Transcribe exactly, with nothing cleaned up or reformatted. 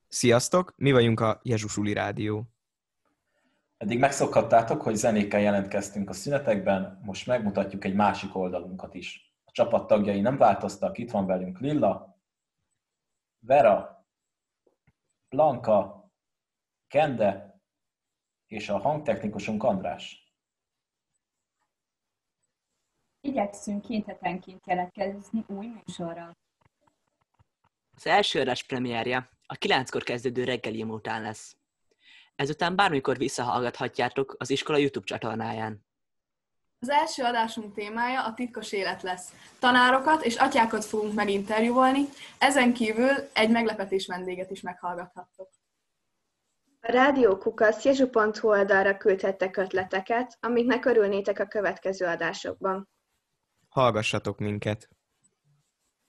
Sziasztok, mi vagyunk a Jezsusuli Rádió. Eddig megszokhattátok, hogy zenékkel jelentkeztünk a szünetekben, most megmutatjuk egy másik oldalunkat is. A csapat tagjai nem változtak, itt van velünk Lilla, Vera, Blanka, Kende és a hangtechnikusunk András. Igyekszünk két hetenként jelentkezni új műsorral. Az első adás premierje a kilenckor kezdődő reggeli után lesz. Ezután bármikor visszahallgathatjátok az iskola YouTube csatornáján. Az első adásunk témája a titkos élet lesz. Tanárokat és atyákat fogunk meginterjúvolni, ezen kívül egy meglepetés vendéget is meghallgathattok. A rádiókukac jezsu pont hu oldalra küldhettek ötleteket, amiknek örülnétek a következő adásokban. Hallgassatok minket!